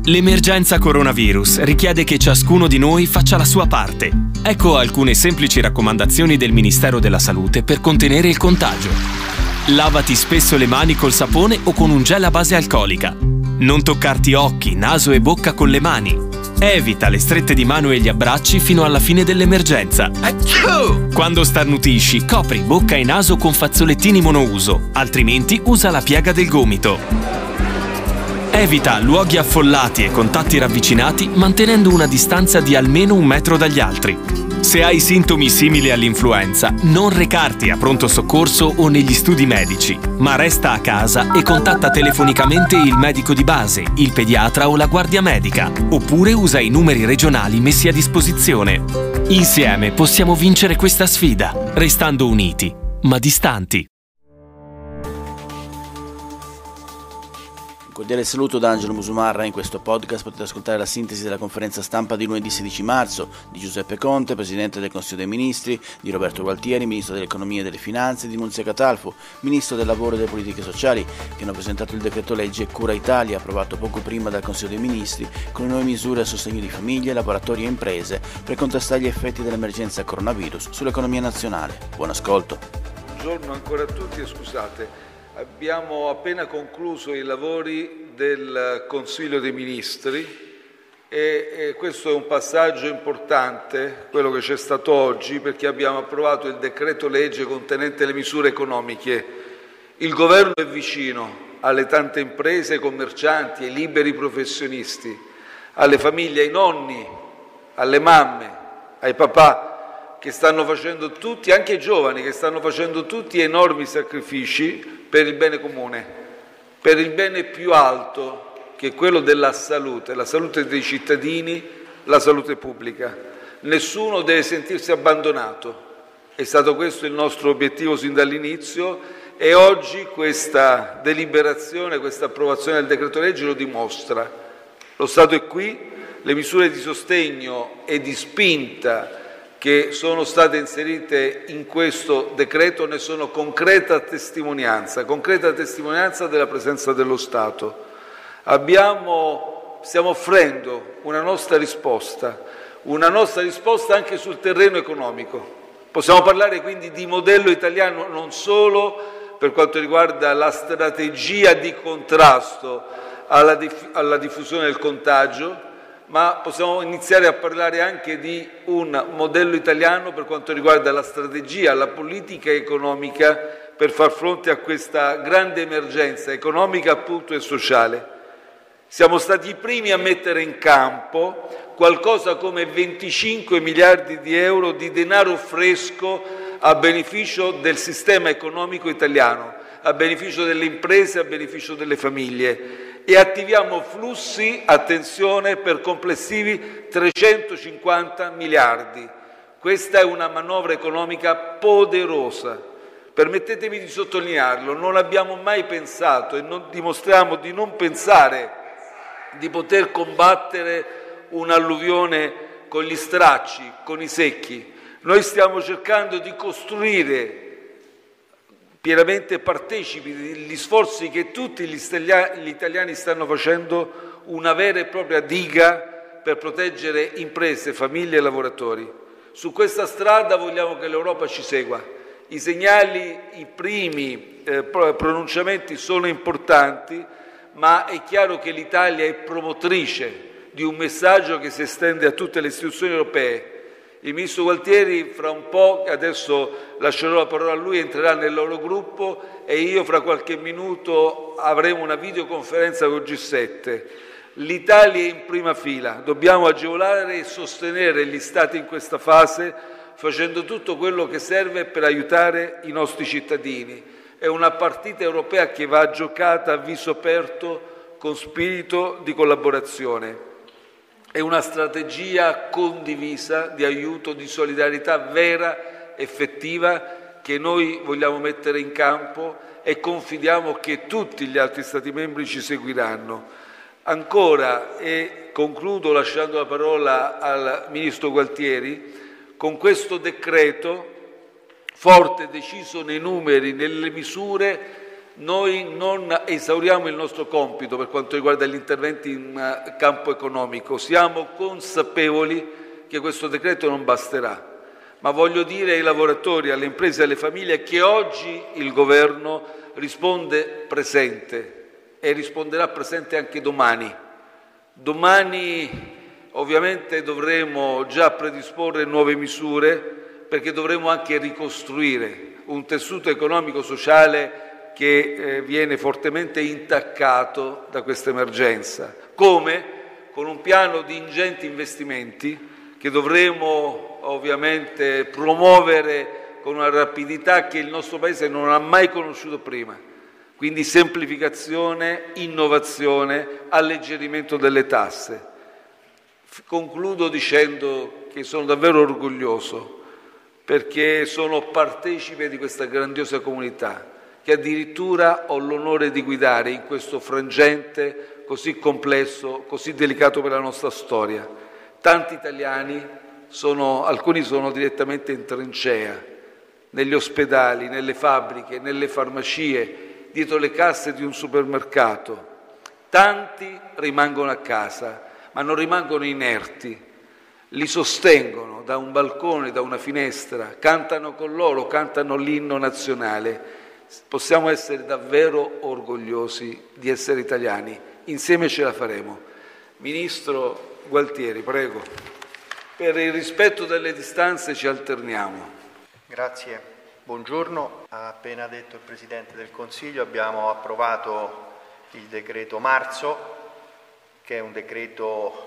L'emergenza coronavirus richiede che ciascuno di noi faccia la sua parte. Ecco alcune semplici raccomandazioni del Ministero della Salute per contenere il contagio. Lavati spesso le mani col sapone o con un gel a base alcolica. Non toccarti occhi, naso e bocca con le mani. Evita le strette di mano e gli abbracci fino alla fine dell'emergenza. Quando starnutisci, copri bocca e naso con fazzolettini monouso, altrimenti usa la piega del gomito. Evita luoghi affollati e contatti ravvicinati mantenendo una distanza di almeno 1 metro dagli altri. Se hai sintomi simili all'influenza, non recarti a pronto soccorso o negli studi medici, ma resta a casa e contatta telefonicamente il medico di base, il pediatra o la guardia medica, oppure usa i numeri regionali messi a disposizione. Insieme possiamo vincere questa sfida, restando uniti, ma distanti. Un cordiale saluto da Angelo Musumarra. In questo podcast potete ascoltare la sintesi della conferenza stampa di lunedì 16 marzo di Giuseppe Conte, Presidente del Consiglio dei Ministri, di Roberto Gualtieri, Ministro dell'Economia e delle Finanze, di Nunzia Catalfo, Ministro del Lavoro e delle Politiche Sociali, che hanno presentato il decreto legge Cura Italia, approvato poco prima dal Consiglio dei Ministri, con nuove misure a sostegno di famiglie, lavoratori e imprese per contrastare gli effetti dell'emergenza coronavirus sull'economia nazionale. Buon ascolto. Buongiorno ancora a tutti e scusate. Abbiamo appena concluso i lavori del Consiglio dei Ministri e questo è un passaggio importante, quello che c'è stato oggi, perché abbiamo approvato il decreto legge contenente le misure economiche. Il Governo è vicino alle tante imprese, ai commercianti, ai liberi professionisti, alle famiglie, ai nonni, alle mamme, ai papà, che stanno facendo tutti, anche i giovani, che stanno facendo tutti enormi sacrifici per il bene comune, per il bene più alto, che è quello della salute, la salute dei cittadini, la salute pubblica. Nessuno deve sentirsi abbandonato. È stato questo il nostro obiettivo sin dall'inizio e oggi questa deliberazione, questa approvazione del decreto legge lo dimostra. Lo Stato è qui, le misure di sostegno e di spinta che sono state inserite in questo decreto ne sono concreta testimonianza della presenza dello Stato. Stiamo offrendo una nostra risposta anche sul terreno economico. Possiamo parlare quindi di modello italiano non solo per quanto riguarda la strategia di contrasto alla diffusione del contagio, ma possiamo iniziare a parlare anche di un modello italiano per quanto riguarda la strategia, la politica economica per far fronte a questa grande emergenza economica appunto e sociale. Siamo stati i primi a mettere in campo qualcosa come 25 miliardi di euro di denaro fresco a beneficio del sistema economico italiano, a beneficio delle imprese, a beneficio delle famiglie. E attiviamo flussi, attenzione, per complessivi 350 miliardi. Questa è una manovra economica poderosa. Permettetemi di sottolinearlo, non abbiamo mai pensato e non dimostriamo di non pensare di poter combattere un'alluvione con gli stracci, con i secchi. Noi stiamo cercando di costruire pienamente partecipi degli sforzi che tutti gli italiani stanno facendo, una vera e propria diga per proteggere imprese, famiglie e lavoratori. Su questa strada vogliamo che l'Europa ci segua. I segnali, i primi pronunciamenti sono importanti, ma è chiaro che l'Italia è promotrice di un messaggio che si estende a tutte le istituzioni europee. Il Ministro Gualtieri fra un po', adesso lascerò la parola a lui, entrerà nel loro gruppo e io fra qualche minuto avremo una videoconferenza con G7. L'Italia è in prima fila, dobbiamo agevolare e sostenere gli Stati in questa fase facendo tutto quello che serve per aiutare i nostri cittadini. È una partita europea che va giocata a viso aperto con spirito di collaborazione. È una strategia condivisa di aiuto, di solidarietà vera, effettiva, che noi vogliamo mettere in campo e confidiamo che tutti gli altri Stati membri ci seguiranno. Ancora, e concludo lasciando la parola al Ministro Gualtieri, con questo decreto, forte, deciso nei numeri, nelle misure, noi non esauriamo il nostro compito per quanto riguarda gli interventi in campo economico. Siamo consapevoli che questo decreto non basterà, ma voglio dire ai lavoratori, alle imprese e alle famiglie che oggi il Governo risponde presente e risponderà presente anche domani. Domani ovviamente dovremo già predisporre nuove misure, perché dovremo anche ricostruire un tessuto economico-sociale che viene fortemente intaccato da questa emergenza. Come? Con un piano di ingenti investimenti che dovremo ovviamente promuovere con una rapidità che il nostro Paese non ha mai conosciuto prima. Quindi semplificazione, innovazione, alleggerimento delle tasse. Concludo dicendo che sono davvero orgoglioso perché sono partecipe di questa grandiosa comunità che addirittura ho l'onore di guidare in questo frangente così complesso, così delicato per la nostra storia. Tanti italiani, alcuni sono direttamente in trincea, negli ospedali, nelle fabbriche, nelle farmacie, dietro le casse di un supermercato. Tanti rimangono a casa, ma non rimangono inerti, li sostengono da un balcone, da una finestra, cantano con loro, cantano l'inno nazionale. Possiamo essere davvero orgogliosi di essere italiani, insieme ce la faremo. Ministro Gualtieri, prego. Per il rispetto delle distanze ci alterniamo. Grazie, buongiorno. Ha appena detto il Presidente del Consiglio, abbiamo approvato il decreto marzo, che è un decreto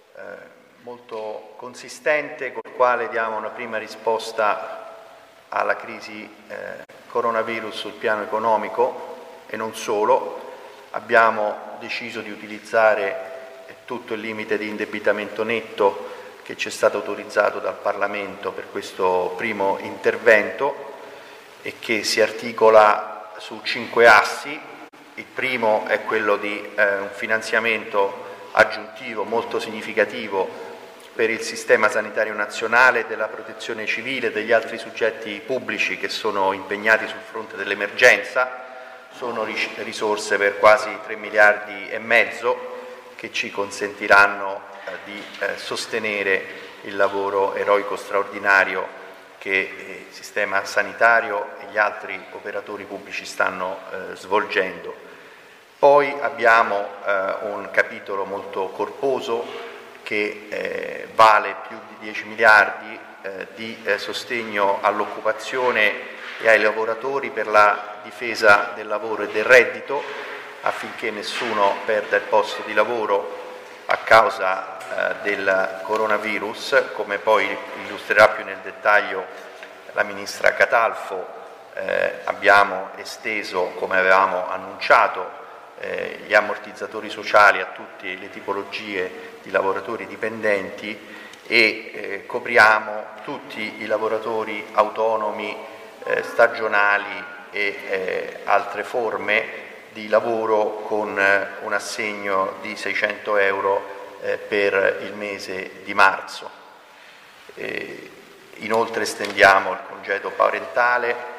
molto consistente, col quale diamo una prima risposta alla crisi coronavirus sul piano economico e non solo. Abbiamo deciso di utilizzare tutto il limite di indebitamento netto che ci è stato autorizzato dal Parlamento per questo primo intervento e che si articola su 5 assi. Il primo è quello di un finanziamento aggiuntivo molto significativo per il sistema sanitario nazionale, della protezione civile e degli altri soggetti pubblici che sono impegnati sul fronte dell'emergenza. Sono risorse per quasi 3,5 miliardi che ci consentiranno di sostenere il lavoro eroico straordinario che il sistema sanitario e gli altri operatori pubblici stanno svolgendo. Poi abbiamo un capitolo molto corposo che vale più di 10 miliardi di sostegno all'occupazione e ai lavoratori per la difesa del lavoro e del reddito, affinché nessuno perda il posto di lavoro a causa del coronavirus, come poi illustrerà più nel dettaglio la Ministra Catalfo. Abbiamo esteso, come avevamo annunciato, gli ammortizzatori sociali a tutte le tipologie di lavoratori dipendenti e copriamo tutti i lavoratori autonomi, stagionali e altre forme di lavoro con un assegno di 600 euro per il mese di marzo. Inoltre estendiamo il congedo parentale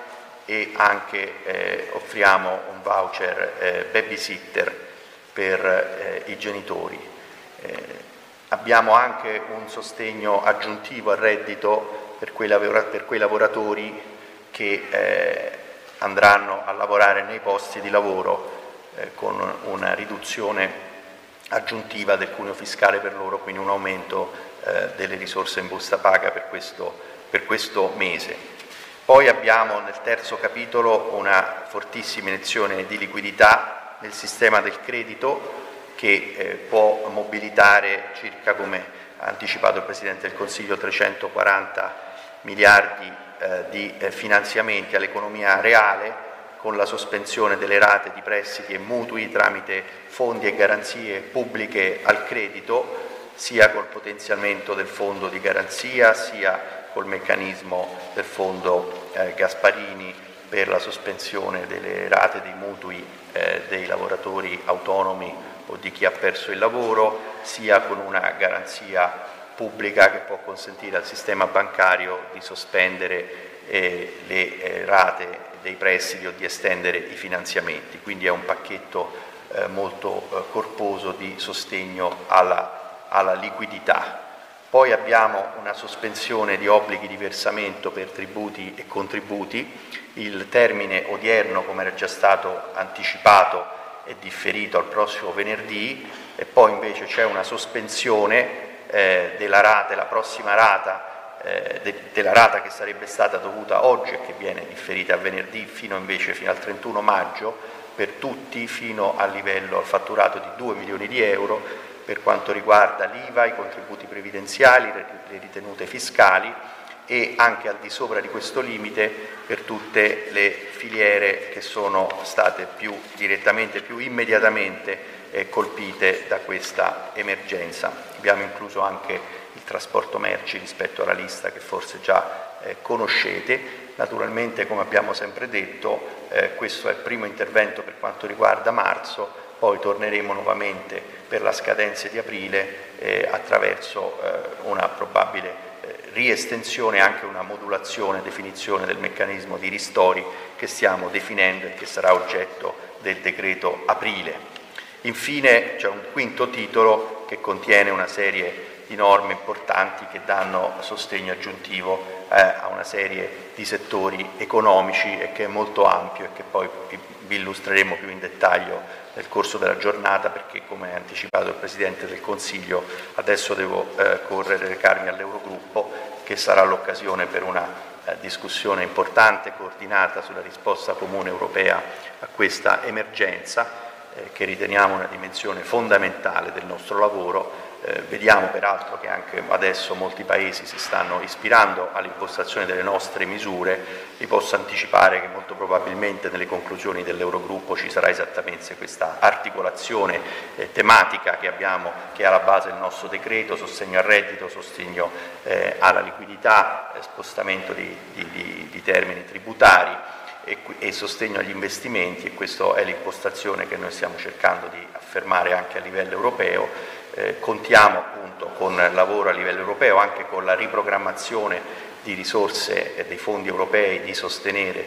e offriamo un voucher babysitter per i genitori. Abbiamo anche un sostegno aggiuntivo al reddito per quei lavoratori che andranno a lavorare nei posti di lavoro con una riduzione aggiuntiva del cuneo fiscale per loro, quindi un aumento delle risorse in busta paga per questo mese. Poi abbiamo nel terzo capitolo una fortissima iniezione di liquidità nel sistema del credito che può mobilitare circa, come ha anticipato il Presidente del Consiglio, 340 miliardi di finanziamenti all'economia reale, con la sospensione delle rate di prestiti e mutui tramite fondi e garanzie pubbliche al credito, sia col potenziamento del fondo di garanzia, sia col meccanismo del fondo Gasparini per la sospensione delle rate dei mutui dei lavoratori autonomi o di chi ha perso il lavoro, sia con una garanzia pubblica che può consentire al sistema bancario di sospendere le rate dei prestiti o di estendere i finanziamenti, quindi è un pacchetto molto corposo di sostegno alla liquidità. Poi abbiamo una sospensione di obblighi di versamento per tributi e contributi, il termine odierno, come era già stato anticipato, è differito al prossimo venerdì, e poi invece c'è una sospensione della rata, la prossima rata, della rata che sarebbe stata dovuta oggi e che viene differita a venerdì fino al 31 maggio, per tutti fino al fatturato di 2 milioni di euro, per quanto riguarda l'IVA, i contributi previdenziali, le ritenute fiscali, e anche al di sopra di questo limite per tutte le filiere che sono state più immediatamente colpite da questa emergenza. Abbiamo incluso anche il trasporto merci rispetto alla lista che forse già conoscete. Naturalmente, come abbiamo sempre detto, questo è il primo intervento per quanto riguarda marzo, poi torneremo nuovamente per la scadenza di aprile attraverso una probabile riestensione e anche una modulazione, definizione del meccanismo di ristori che stiamo definendo e che sarà oggetto del decreto aprile. Infine c'è un quinto titolo che contiene una serie di norme importanti che danno sostegno aggiuntivo a una serie di settori economici e che è molto ampio e che poi vi illustreremo più in dettaglio nel corso della giornata, perché, come ha anticipato il Presidente del Consiglio, adesso devo recarmi all'Eurogruppo, che sarà l'occasione per una discussione importante, coordinata sulla risposta comune europea a questa emergenza, che riteniamo una dimensione fondamentale del nostro lavoro. Vediamo peraltro che anche adesso molti Paesi si stanno ispirando all'impostazione delle nostre misure. Vi posso anticipare che molto probabilmente nelle conclusioni dell'Eurogruppo ci sarà esattamente questa articolazione tematica che è alla base del nostro decreto: sostegno al reddito, sostegno alla liquidità, spostamento di termini tributari e sostegno agli investimenti, e questa è l'impostazione che noi stiamo cercando di affermare anche a livello europeo. Contiamo appunto con il lavoro a livello europeo, anche con la riprogrammazione di risorse dei fondi europei, di sostenere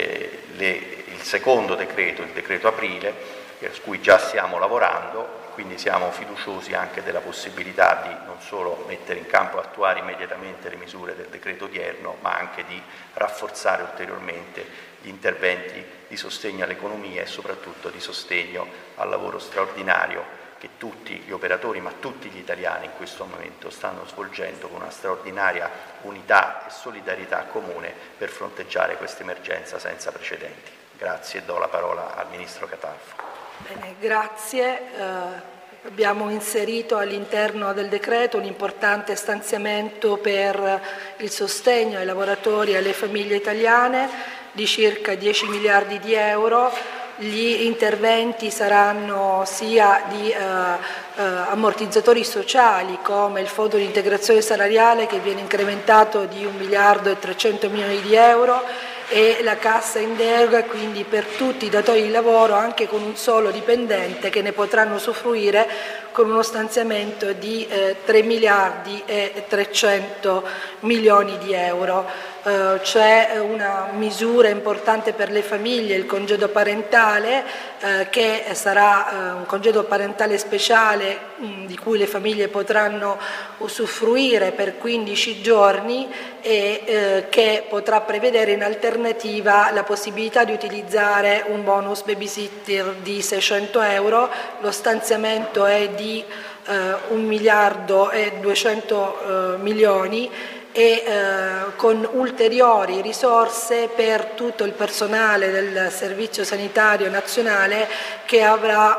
il secondo decreto, il decreto aprile, su cui già stiamo lavorando. Quindi siamo fiduciosi anche della possibilità di non solo mettere in campo e attuare immediatamente le misure del decreto odierno, ma anche di rafforzare ulteriormente gli interventi di sostegno all'economia e soprattutto di sostegno al lavoro straordinario che tutti gli operatori, ma tutti gli italiani in questo momento stanno svolgendo con una straordinaria unità e solidarietà comune per fronteggiare questa emergenza senza precedenti. Grazie e do la parola al Ministro Catalfo. Bene, grazie. Abbiamo inserito all'interno del decreto un importante stanziamento per il sostegno ai lavoratori e alle famiglie italiane di circa 10 miliardi di euro. Gli interventi saranno sia di ammortizzatori sociali, come il fondo di integrazione salariale che viene incrementato di 1 miliardo e 300 milioni di euro, e la cassa in deroga, quindi per tutti i datori di lavoro anche con un solo dipendente, che ne potranno usufruire con uno stanziamento di 3 miliardi e 300 milioni di euro. C'è una misura importante per le famiglie, il congedo parentale, che sarà un congedo parentale speciale di cui le famiglie potranno usufruire per 15 giorni e che potrà prevedere in alternativa la possibilità di utilizzare un bonus babysitter di 600 euro. Lo stanziamento è di 1 miliardo e 200 milioni e con ulteriori risorse per tutto il personale del Servizio Sanitario Nazionale, che avrà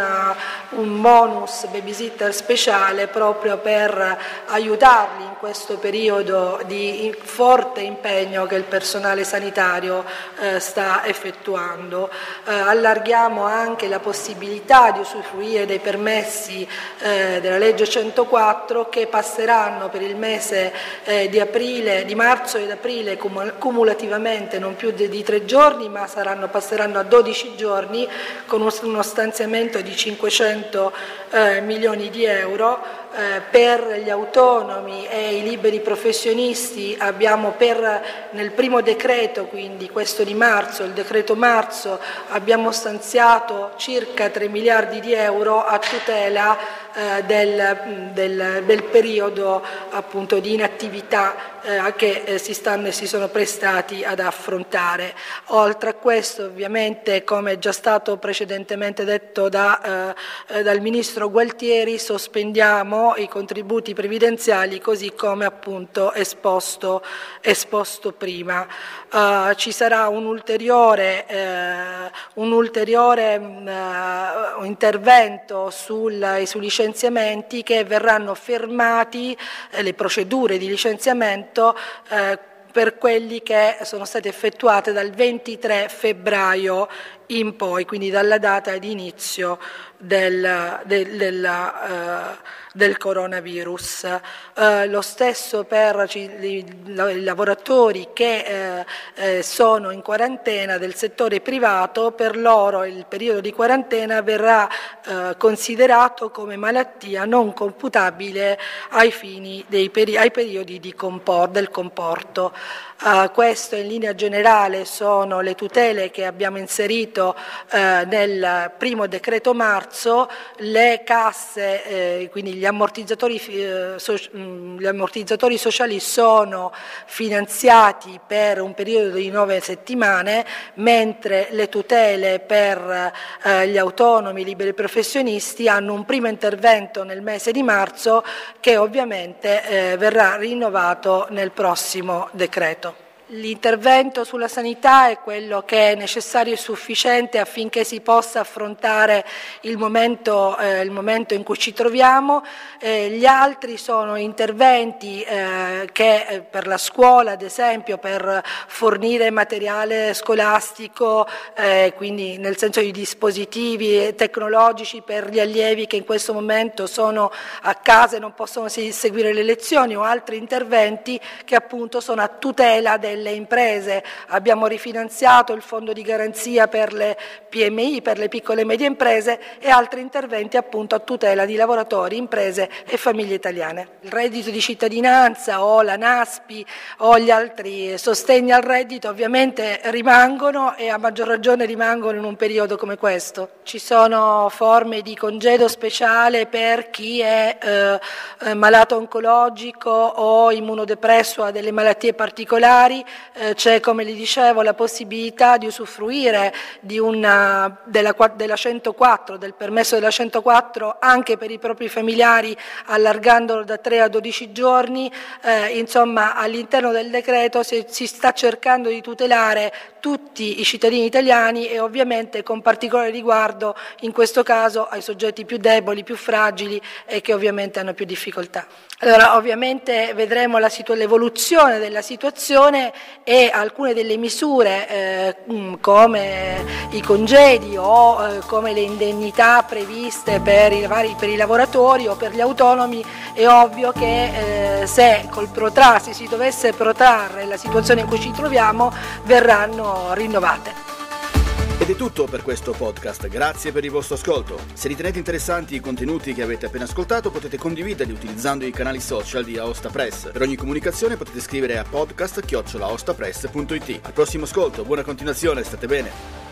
un bonus babysitter speciale proprio per aiutarli in questo periodo di forte impegno che il personale sanitario sta effettuando. Allarghiamo anche la possibilità di usufruire dei permessi della legge 104, che passeranno per il mese di marzo ed aprile cumulativamente non più di 3 giorni, ma passeranno a 12 giorni con uno stanziamento di 500 milioni di euro. Per gli autonomi e i liberi professionisti abbiamo nel primo decreto, quindi questo di marzo, il decreto marzo, abbiamo stanziato circa 3 miliardi di euro a tutela del periodo appunto di inattività che si sono prestati ad affrontare. Oltre a questo, ovviamente, come è già stato precedentemente detto dal Ministro Gualtieri, sospendiamo i contributi previdenziali così come appunto esposto prima. Ci sarà un ulteriore intervento sui licenziamenti, che verranno fermati le procedure di licenziamento per quelli che sono stati effettuati dal 23 febbraio in poi, quindi dalla data di inizio del coronavirus. Lo stesso per i lavoratori che sono in quarantena del settore privato. Per loro il periodo di quarantena verrà considerato come malattia non computabile ai fini ai periodi del comporto. Questo in linea generale sono le tutele che abbiamo inserito nel primo decreto marzo. Le casse, quindi gli ammortizzatori sociali sono finanziati per un periodo di 9 settimane, mentre le tutele per gli autonomi, i liberi professionisti hanno un primo intervento nel mese di marzo, che ovviamente verrà rinnovato nel prossimo decreto. L'intervento sulla sanità è quello che è necessario e sufficiente affinché si possa affrontare il momento in cui ci troviamo. Gli altri sono interventi che per la scuola, ad esempio, per fornire materiale scolastico, quindi nel senso di dispositivi tecnologici per gli allievi che in questo momento sono a casa e non possono seguire le lezioni, o altri interventi che appunto sono a tutela delle imprese. Abbiamo rifinanziato il fondo di garanzia per le PMI, per le piccole e medie imprese, e altri interventi appunto a tutela di lavoratori, imprese e famiglie italiane. Il reddito di cittadinanza o la NASPI o gli altri sostegni al reddito ovviamente rimangono, e a maggior ragione rimangono in un periodo come questo. Ci sono forme di congedo speciale per chi è malato oncologico o immunodepresso, ha delle malattie particolari. C'è, come vi dicevo, la possibilità di usufruire della 104, del permesso della 104 anche per i propri familiari, allargandolo da 3 a 12 giorni. Insomma, all'interno del decreto si sta cercando di tutelare tutti i cittadini italiani, e ovviamente con particolare riguardo in questo caso ai soggetti più deboli, più fragili e che ovviamente hanno più difficoltà. Allora, ovviamente vedremo l'evoluzione della situazione, e alcune delle misure come i congedi o come le indennità previste per i lavoratori o per gli autonomi, è ovvio che se si dovesse protrarre la situazione in cui ci troviamo, verranno rinnovate. Ed è tutto per questo podcast, grazie per il vostro ascolto. Se ritenete interessanti i contenuti che avete appena ascoltato, potete condividerli utilizzando i canali social di Aosta Press. Per ogni comunicazione potete scrivere a podcast@aostapress.it. Al prossimo ascolto, buona continuazione, state bene.